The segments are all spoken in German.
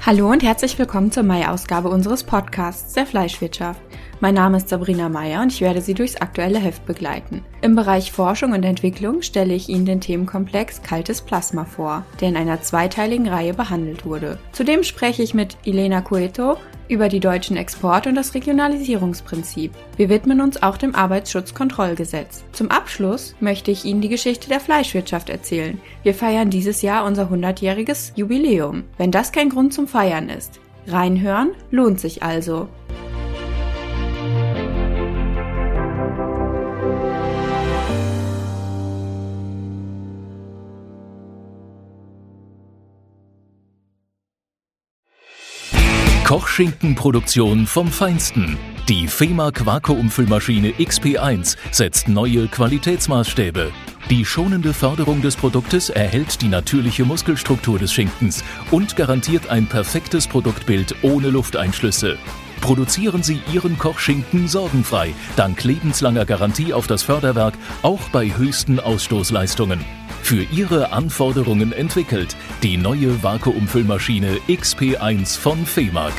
Hallo und herzlich willkommen zur Mai-Ausgabe unseres Podcasts der Fleischwirtschaft. Mein Name ist Sabrina Meyer und ich werde Sie durchs aktuelle Heft begleiten. Im Bereich Forschung und Entwicklung stelle ich Ihnen den Themenkomplex Kaltes Plasma vor, der in einer zweiteiligen Reihe behandelt wurde. Zudem spreche ich mit Elena Cueto über die deutschen Exporte und das Regionalisierungsprinzip. Wir widmen uns auch dem Arbeitsschutzkontrollgesetz. Zum Abschluss möchte ich Ihnen die Geschichte der Fleischwirtschaft erzählen. Wir feiern dieses Jahr unser 100-jähriges Jubiläum. Wenn das kein Grund zum Feiern ist. Reinhören lohnt sich also. Kochschinkenproduktion vom Feinsten. Die Femag Vakuumfüllmaschine XP1 setzt neue Qualitätsmaßstäbe. Die schonende Förderung des Produktes erhält die natürliche Muskelstruktur des Schinkens und garantiert ein perfektes Produktbild ohne Lufteinschlüsse. Produzieren Sie Ihren Kochschinken sorgenfrei, dank lebenslanger Garantie auf das Förderwerk, auch bei höchsten Ausstoßleistungen. Für Ihre Anforderungen entwickelt die neue Vakuumfüllmaschine XP1 von Femag.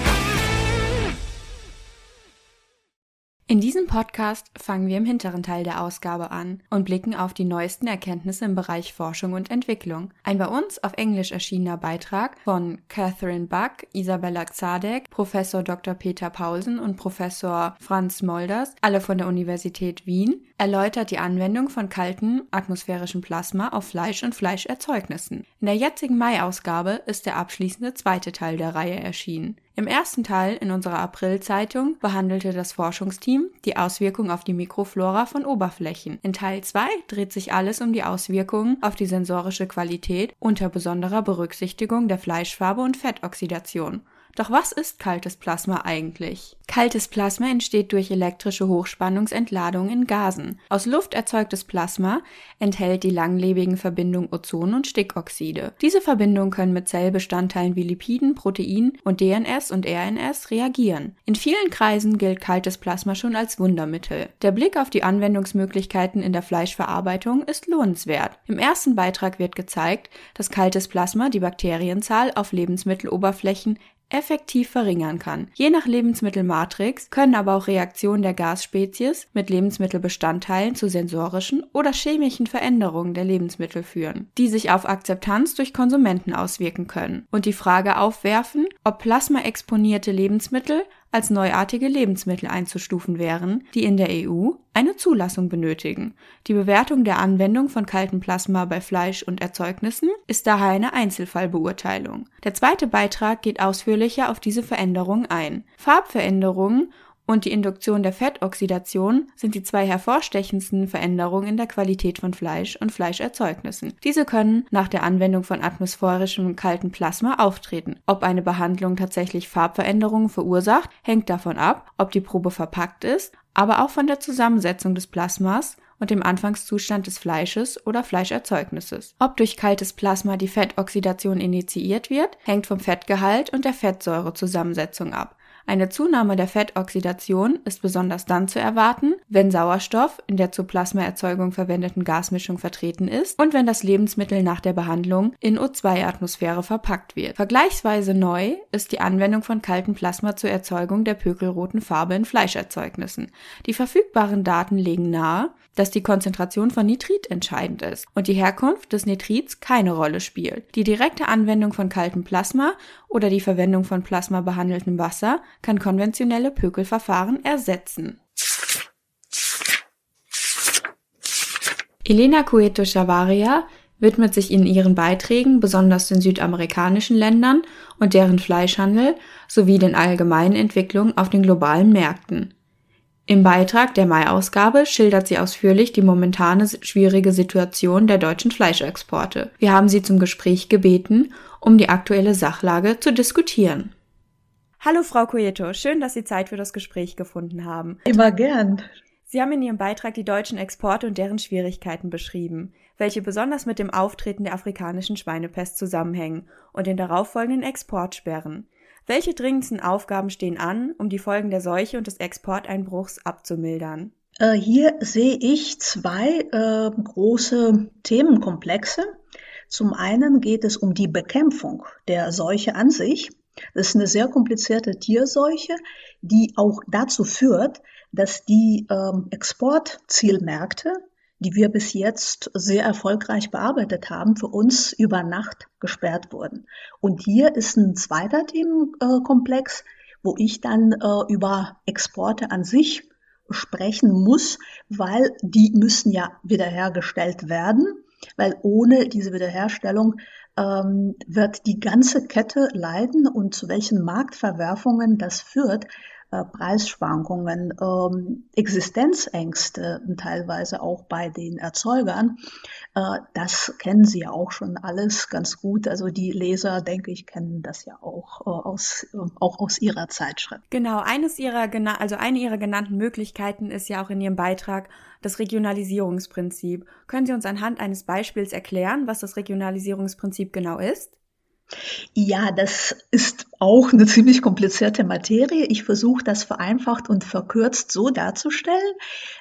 In diesem Podcast fangen wir im hinteren Teil der Ausgabe an und blicken auf die neuesten Erkenntnisse im Bereich Forschung und Entwicklung. Ein bei uns auf Englisch erschienener Beitrag von Catherine Buck, Isabella Zadek, Professor Dr. Peter Paulsen und Professor Franz Molders, alle von der Universität Wien, erläutert die Anwendung von kaltem atmosphärischem Plasma auf Fleisch und Fleischerzeugnissen. In der jetzigen Mai-Ausgabe ist der abschließende zweite Teil der Reihe erschienen. Im ersten Teil in unserer April-Zeitung behandelte das Forschungsteam die Auswirkungen auf die Mikroflora von Oberflächen. In Teil 2 dreht sich alles um die Auswirkungen auf die sensorische Qualität unter besonderer Berücksichtigung der Fleischfarbe und Fettoxidation. Doch was ist kaltes Plasma eigentlich? Kaltes Plasma entsteht durch elektrische Hochspannungsentladung in Gasen. Aus Luft erzeugtes Plasma enthält die langlebigen Verbindungen Ozon und Stickoxide. Diese Verbindungen können mit Zellbestandteilen wie Lipiden, Proteinen und DNS und RNS reagieren. In vielen Kreisen gilt kaltes Plasma schon als Wundermittel. Der Blick auf die Anwendungsmöglichkeiten in der Fleischverarbeitung ist lohnenswert. Im ersten Beitrag wird gezeigt, dass kaltes Plasma die Bakterienzahl auf Lebensmitteloberflächen effektiv verringern kann. Je nach Lebensmittelmatrix können aber auch Reaktionen der Gasspezies mit Lebensmittelbestandteilen zu sensorischen oder chemischen Veränderungen der Lebensmittel führen, die sich auf Akzeptanz durch Konsumenten auswirken können und die Frage aufwerfen, ob plasmaexponierte Lebensmittel als neuartige Lebensmittel einzustufen wären, die in der EU eine Zulassung benötigen. Die Bewertung der Anwendung von kaltem Plasma bei Fleisch und Erzeugnissen ist daher eine Einzelfallbeurteilung. Der zweite Beitrag geht ausführlicher auf diese Veränderungen ein. Farbveränderungen und die Induktion der Fettoxidation sind die zwei hervorstechendsten Veränderungen in der Qualität von Fleisch und Fleischerzeugnissen. Diese können nach der Anwendung von atmosphärischem kaltem Plasma auftreten. Ob eine Behandlung tatsächlich Farbveränderungen verursacht, hängt davon ab, ob die Probe verpackt ist, aber auch von der Zusammensetzung des Plasmas und dem Anfangszustand des Fleisches oder Fleischerzeugnisses. Ob durch kaltes Plasma die Fettoxidation initiiert wird, hängt vom Fettgehalt und der Fettsäurezusammensetzung ab. Eine Zunahme der Fettoxidation ist besonders dann zu erwarten, wenn Sauerstoff in der zur Plasmaerzeugung verwendeten Gasmischung vertreten ist und wenn das Lebensmittel nach der Behandlung in O2-Atmosphäre verpackt wird. Vergleichsweise neu ist die Anwendung von kaltem Plasma zur Erzeugung der pökelroten Farbe in Fleischerzeugnissen. Die verfügbaren Daten legen nahe, dass die Konzentration von Nitrit entscheidend ist und die Herkunft des Nitrits keine Rolle spielt. Die direkte Anwendung von kaltem Plasma oder die Verwendung von plasmabehandeltem Wasser kann konventionelle Pökelverfahren ersetzen. Elena Cueto Chavarria widmet sich in ihren Beiträgen besonders den südamerikanischen Ländern und deren Fleischhandel sowie den allgemeinen Entwicklungen auf den globalen Märkten. Im Beitrag der Mai-Ausgabe schildert sie ausführlich die momentane schwierige Situation der deutschen Fleischexporte. Wir haben sie zum Gespräch gebeten, um die aktuelle Sachlage zu diskutieren. Hallo Frau Cueto, schön, dass Sie Zeit für das Gespräch gefunden haben. Immer gern. Sie haben in Ihrem Beitrag die deutschen Exporte und deren Schwierigkeiten beschrieben, welche besonders mit dem Auftreten der afrikanischen Schweinepest zusammenhängen und den darauffolgenden Exportsperren. Welche dringendsten Aufgaben stehen an, um die Folgen der Seuche und des Exporteinbruchs abzumildern? Hier sehe ich zwei große Themenkomplexe. Zum einen geht es um die Bekämpfung der Seuche an sich. Das ist eine sehr komplizierte Tierseuche, die auch dazu führt, dass die Exportzielmärkte, die wir bis jetzt sehr erfolgreich bearbeitet haben, für uns über Nacht gesperrt wurden. Und hier ist ein zweiter Themenkomplex, wo ich dann über Exporte an sich sprechen muss, weil die müssen ja wiederhergestellt werden, weil ohne diese Wiederherstellung wird die ganze Kette leiden und zu welchen Marktverwerfungen das führt, Preisschwankungen, Existenzängste teilweise auch bei den Erzeugern. Das kennen Sie ja auch schon alles ganz gut. Also die Leser, denke ich, kennen das ja auch aus Ihrer Zeitschrift. Genau, eine Ihrer genannten Möglichkeiten ist ja auch in Ihrem Beitrag das Regionalisierungsprinzip. Können Sie uns anhand eines Beispiels erklären, was das Regionalisierungsprinzip genau ist? Ja, das ist auch eine ziemlich komplizierte Materie. Ich versuche das vereinfacht und verkürzt so darzustellen.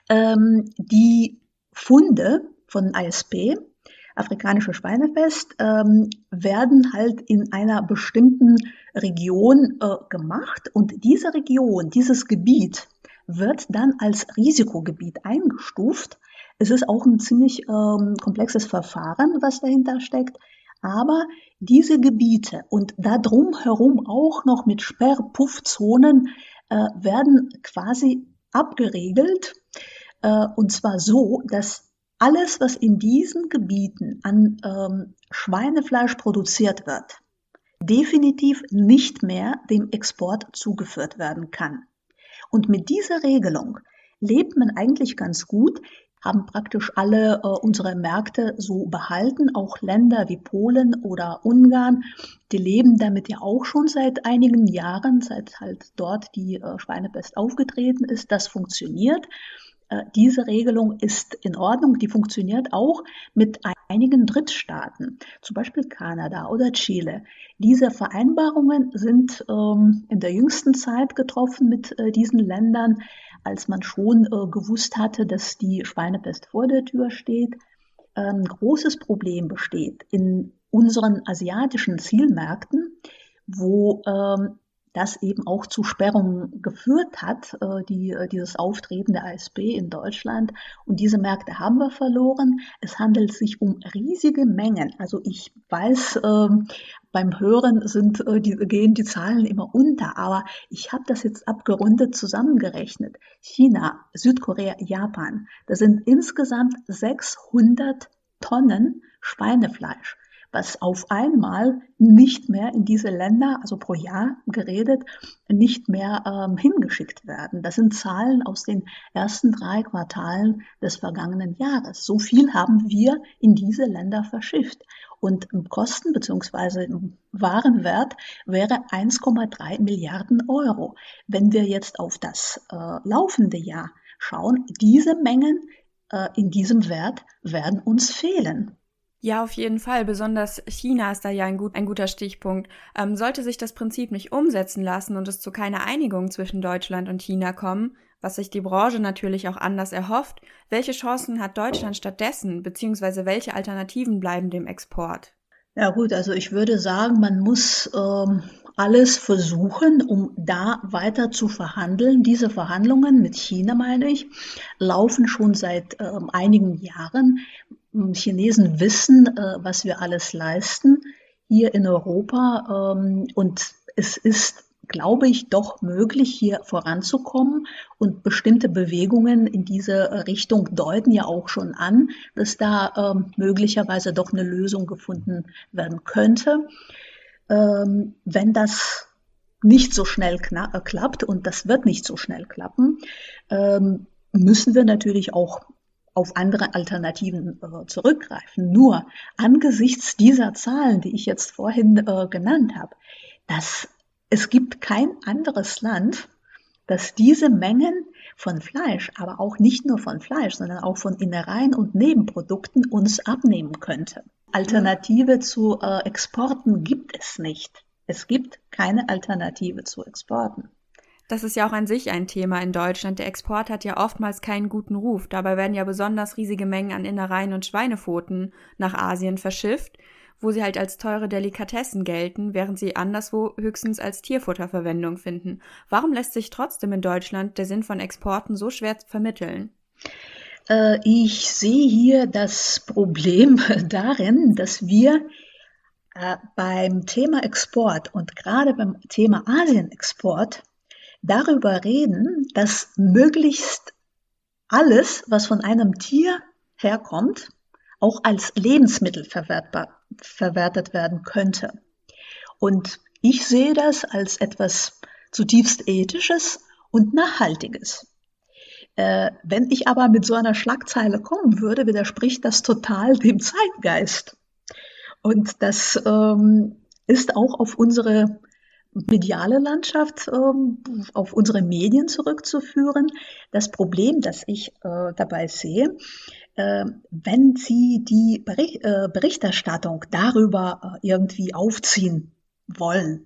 Die Funde von ASP, afrikanische Schweinepest, werden halt in einer bestimmten Region gemacht und diese Region, dieses Gebiet wird dann als Risikogebiet eingestuft. Es ist auch ein ziemlich komplexes Verfahren, was dahinter steckt. Aber diese Gebiete und da drumherum auch noch mit Sperrpuffzonen werden quasi abgeriegelt. Und zwar so, dass alles, was in diesen Gebieten an Schweinefleisch produziert wird, definitiv nicht mehr dem Export zugeführt werden kann. Und mit dieser Regelung lebt man eigentlich ganz gut, haben praktisch alle unsere Märkte so behalten, auch Länder wie Polen oder Ungarn, die leben damit ja auch schon seit einigen Jahren, seit halt dort die Schweinepest aufgetreten ist. Das funktioniert. Diese Regelung ist in Ordnung, die funktioniert auch mit einigen Drittstaaten, zum Beispiel Kanada oder Chile. Diese Vereinbarungen sind in der jüngsten Zeit getroffen mit diesen Ländern, als man schon gewusst hatte, dass die Schweinepest vor der Tür steht. Ein großes Problem besteht in unseren asiatischen Zielmärkten, wo das eben auch zu Sperrungen geführt hat, dieses Auftreten der ASP in Deutschland. Und diese Märkte haben wir verloren. Es handelt sich um riesige Mengen. Also ich weiß, beim Hören gehen die Zahlen immer unter, aber ich habe das jetzt abgerundet zusammengerechnet. China, Südkorea, Japan, das sind insgesamt 600 Tonnen Schweinefleisch, was auf einmal nicht mehr in diese Länder, also pro Jahr geredet, nicht mehr hingeschickt werden. Das sind Zahlen aus den ersten 3 Quartalen des vergangenen Jahres. So viel haben wir in diese Länder verschifft. Und Kosten bzw. Warenwert wäre 1,3 Milliarden Euro. Wenn wir jetzt auf das laufende Jahr schauen, diese Mengen in diesem Wert werden uns fehlen. Ja, auf jeden Fall. Besonders China ist da ja ein guter Stichpunkt. Sollte sich das Prinzip nicht umsetzen lassen und es zu keiner Einigung zwischen Deutschland und China kommen, was sich die Branche natürlich auch anders erhofft, welche Chancen hat Deutschland stattdessen, beziehungsweise welche Alternativen bleiben dem Export? Ja gut, also ich würde sagen, man muss alles versuchen, um da weiter zu verhandeln. Diese Verhandlungen mit China, meine ich, laufen schon seit einigen Jahren. Chinesen wissen, was wir alles leisten hier in Europa. Und es ist, glaube ich, doch möglich, hier voranzukommen. Und bestimmte Bewegungen in diese Richtung deuten ja auch schon an, dass da möglicherweise doch eine Lösung gefunden werden könnte. Wenn das nicht so schnell klappt, und das wird nicht so schnell klappen, müssen wir natürlich auch auf andere Alternativen zurückgreifen. Nur angesichts dieser Zahlen, die ich jetzt vorhin genannt habe, es gibt kein anderes Land, das diese Mengen von Fleisch, aber auch nicht nur von Fleisch, sondern auch von Innereien und Nebenprodukten uns abnehmen könnte. Alternative zu Exporten gibt es nicht. Es gibt keine Alternative zu Exporten. Das ist ja auch an sich ein Thema in Deutschland. Der Export hat ja oftmals keinen guten Ruf. Dabei werden ja besonders riesige Mengen an Innereien und Schweinepfoten nach Asien verschifft. wo sie halt als teure Delikatessen gelten, während sie anderswo höchstens als Tierfutterverwendung finden. Warum lässt sich trotzdem in Deutschland der Sinn von Exporten so schwer vermitteln? Ich sehe hier das Problem darin, dass wir beim Thema Export und gerade beim Thema Asienexport darüber reden, dass möglichst alles, was von einem Tier herkommt, auch als Lebensmittel verwertet werden könnte. Und ich sehe das als etwas zutiefst Ethisches und Nachhaltiges. Wenn ich aber mit so einer Schlagzeile kommen würde, widerspricht das total dem Zeitgeist. Und das ist auch auf unsere mediale Landschaft, auf unsere Medien zurückzuführen. Das Problem, das ich dabei sehe, wenn Sie die Berichterstattung darüber irgendwie aufziehen wollen,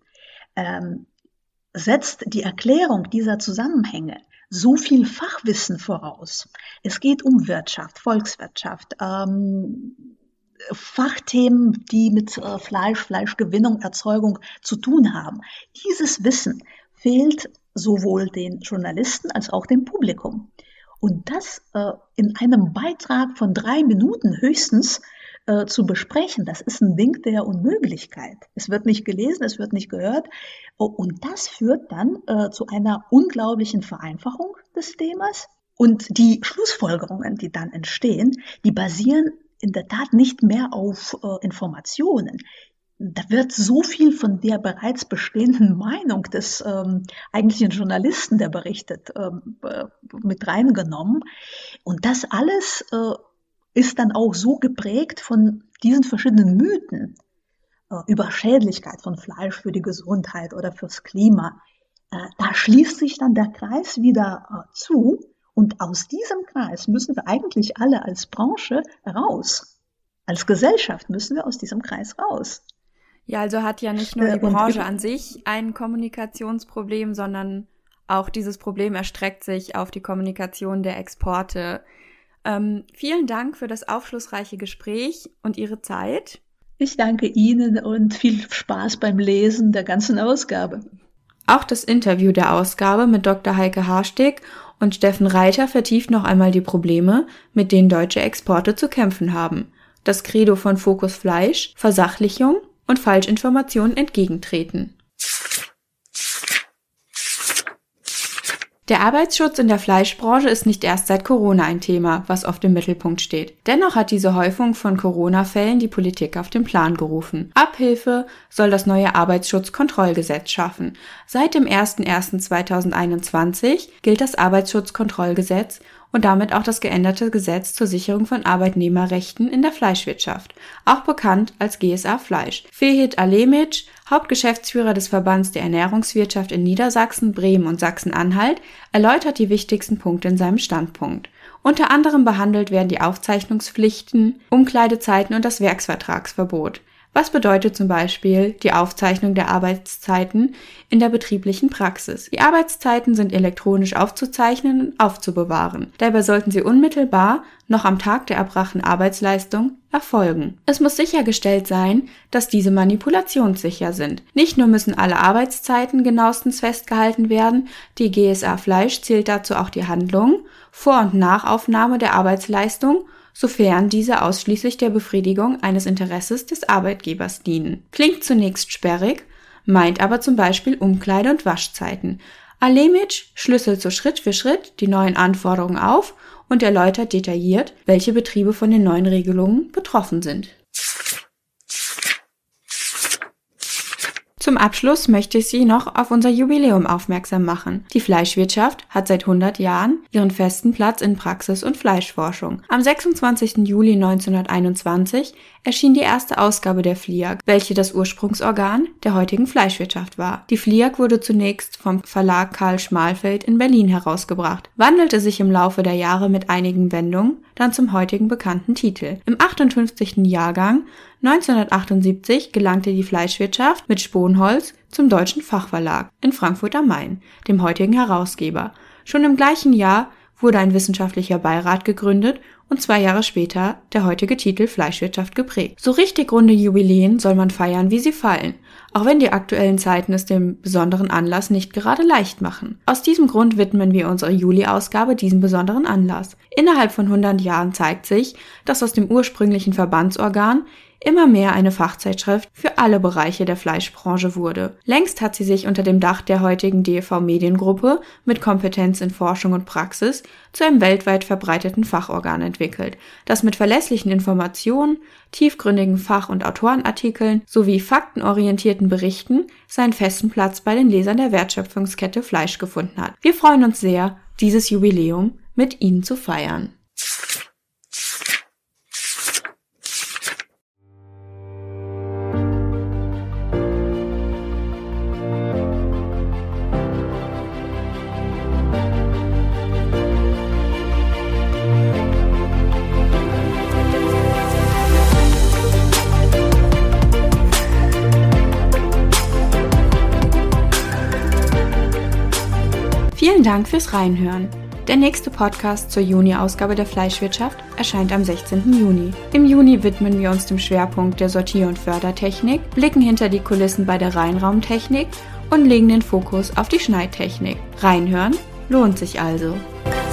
setzt die Erklärung dieser Zusammenhänge so viel Fachwissen voraus. Es geht um Wirtschaft, Volkswirtschaft, Fachthemen, die mit Fleischgewinnung, Erzeugung zu tun haben. Dieses Wissen fehlt sowohl den Journalisten als auch dem Publikum. Und das in einem Beitrag von 3 Minuten höchstens zu besprechen, das ist ein Ding der Unmöglichkeit. Es wird nicht gelesen, es wird nicht gehört. Und das führt dann zu einer unglaublichen Vereinfachung des Themas. Und die Schlussfolgerungen, die dann entstehen, die basieren in der Tat nicht mehr auf Informationen. Da wird so viel von der bereits bestehenden Meinung des eigentlichen Journalisten, der berichtet, mit reingenommen. Und das alles ist dann auch so geprägt von diesen verschiedenen Mythen über Schädlichkeit von Fleisch für die Gesundheit oder fürs Klima. Da schließt sich dann der Kreis wieder zu. Und aus diesem Kreis müssen wir eigentlich alle als Branche raus. Als Gesellschaft müssen wir aus diesem Kreis raus. Ja, also hat ja nicht nur die Branche an sich ein Kommunikationsproblem, sondern auch dieses Problem erstreckt sich auf die Kommunikation der Exporte. Vielen Dank für das aufschlussreiche Gespräch und Ihre Zeit. Ich danke Ihnen und viel Spaß beim Lesen der ganzen Ausgabe. Auch das Interview der Ausgabe mit Dr. Heike Harsteg und Steffen Reiter vertieft noch einmal die Probleme, mit denen deutsche Exporte zu kämpfen haben. Das Credo von Fokus Fleisch, Versachlichung und Falschinformationen entgegentreten. Der Arbeitsschutz in der Fleischbranche ist nicht erst seit Corona ein Thema, was oft im Mittelpunkt steht. Dennoch hat diese Häufung von Corona-Fällen die Politik auf den Plan gerufen. Abhilfe soll das neue Arbeitsschutzkontrollgesetz schaffen. Seit dem 01.01.2021 gilt das Arbeitsschutzkontrollgesetz und damit auch das geänderte Gesetz zur Sicherung von Arbeitnehmerrechten in der Fleischwirtschaft, auch bekannt als GSA Fleisch. Fehit Alemic, Hauptgeschäftsführer des Verbands der Ernährungswirtschaft in Niedersachsen, Bremen und Sachsen-Anhalt, erläutert die wichtigsten Punkte in seinem Standpunkt. Unter anderem behandelt werden die Aufzeichnungspflichten, Umkleidezeiten und das Werksvertragsverbot. Was bedeutet zum Beispiel die Aufzeichnung der Arbeitszeiten in der betrieblichen Praxis? Die Arbeitszeiten sind elektronisch aufzuzeichnen und aufzubewahren. Dabei sollten sie unmittelbar, noch am Tag der erbrachten Arbeitsleistung, erfolgen. Es muss sichergestellt sein, dass diese manipulationssicher sind. Nicht nur müssen alle Arbeitszeiten genauestens festgehalten werden, die GSA Fleisch zählt dazu auch die Handlungen, Vor- und Nachaufnahme der Arbeitsleistung, sofern diese ausschließlich der Befriedigung eines Interesses des Arbeitgebers dienen. Klingt zunächst sperrig, meint aber zum Beispiel Umkleide- und Waschzeiten. Alemic schlüsselt so Schritt für Schritt die neuen Anforderungen auf und erläutert detailliert, welche Betriebe von den neuen Regelungen betroffen sind. Zum Abschluss möchte ich Sie noch auf unser Jubiläum aufmerksam machen. Die Fleischwirtschaft hat seit 100 Jahren ihren festen Platz in Praxis- und Fleischforschung. Am 26. Juli 1921 erschien die erste Ausgabe der FLIAG, welche das Ursprungsorgan der heutigen Fleischwirtschaft war. Die FLIAG wurde zunächst vom Verlag Karl Schmalfeld in Berlin herausgebracht, wandelte sich im Laufe der Jahre mit einigen Wendungen dann zum heutigen bekannten Titel. Im 58. Jahrgang 1978 gelangte die Fleischwirtschaft mit Sponholz zum Deutschen Fachverlag in Frankfurt am Main, dem heutigen Herausgeber. Schon im gleichen Jahr wurde ein wissenschaftlicher Beirat gegründet und 2 Jahre später der heutige Titel Fleischwirtschaft geprägt. So richtig runde Jubiläen soll man feiern, wie sie fallen, auch wenn die aktuellen Zeiten es dem besonderen Anlass nicht gerade leicht machen. Aus diesem Grund widmen wir unsere Juli-Ausgabe diesem besonderen Anlass. Innerhalb von 100 Jahren zeigt sich, dass aus dem ursprünglichen Verbandsorgan immer mehr eine Fachzeitschrift für alle Bereiche der Fleischbranche wurde. Längst hat sie sich unter dem Dach der heutigen DEV Mediengruppe mit Kompetenz in Forschung und Praxis zu einem weltweit verbreiteten Fachorgan entwickelt, das mit verlässlichen Informationen, tiefgründigen Fach- und Autorenartikeln sowie faktenorientierten Berichten seinen festen Platz bei den Lesern der Wertschöpfungskette Fleisch gefunden hat. Wir freuen uns sehr, dieses Jubiläum mit Ihnen zu feiern. Vielen Dank fürs Reinhören. Der nächste Podcast zur Juni-Ausgabe der Fleischwirtschaft erscheint am 16. Juni. Im Juni widmen wir uns dem Schwerpunkt der Sortier- und Fördertechnik, blicken hinter die Kulissen bei der Reinraumtechnik und legen den Fokus auf die Schneidtechnik. Reinhören lohnt sich also.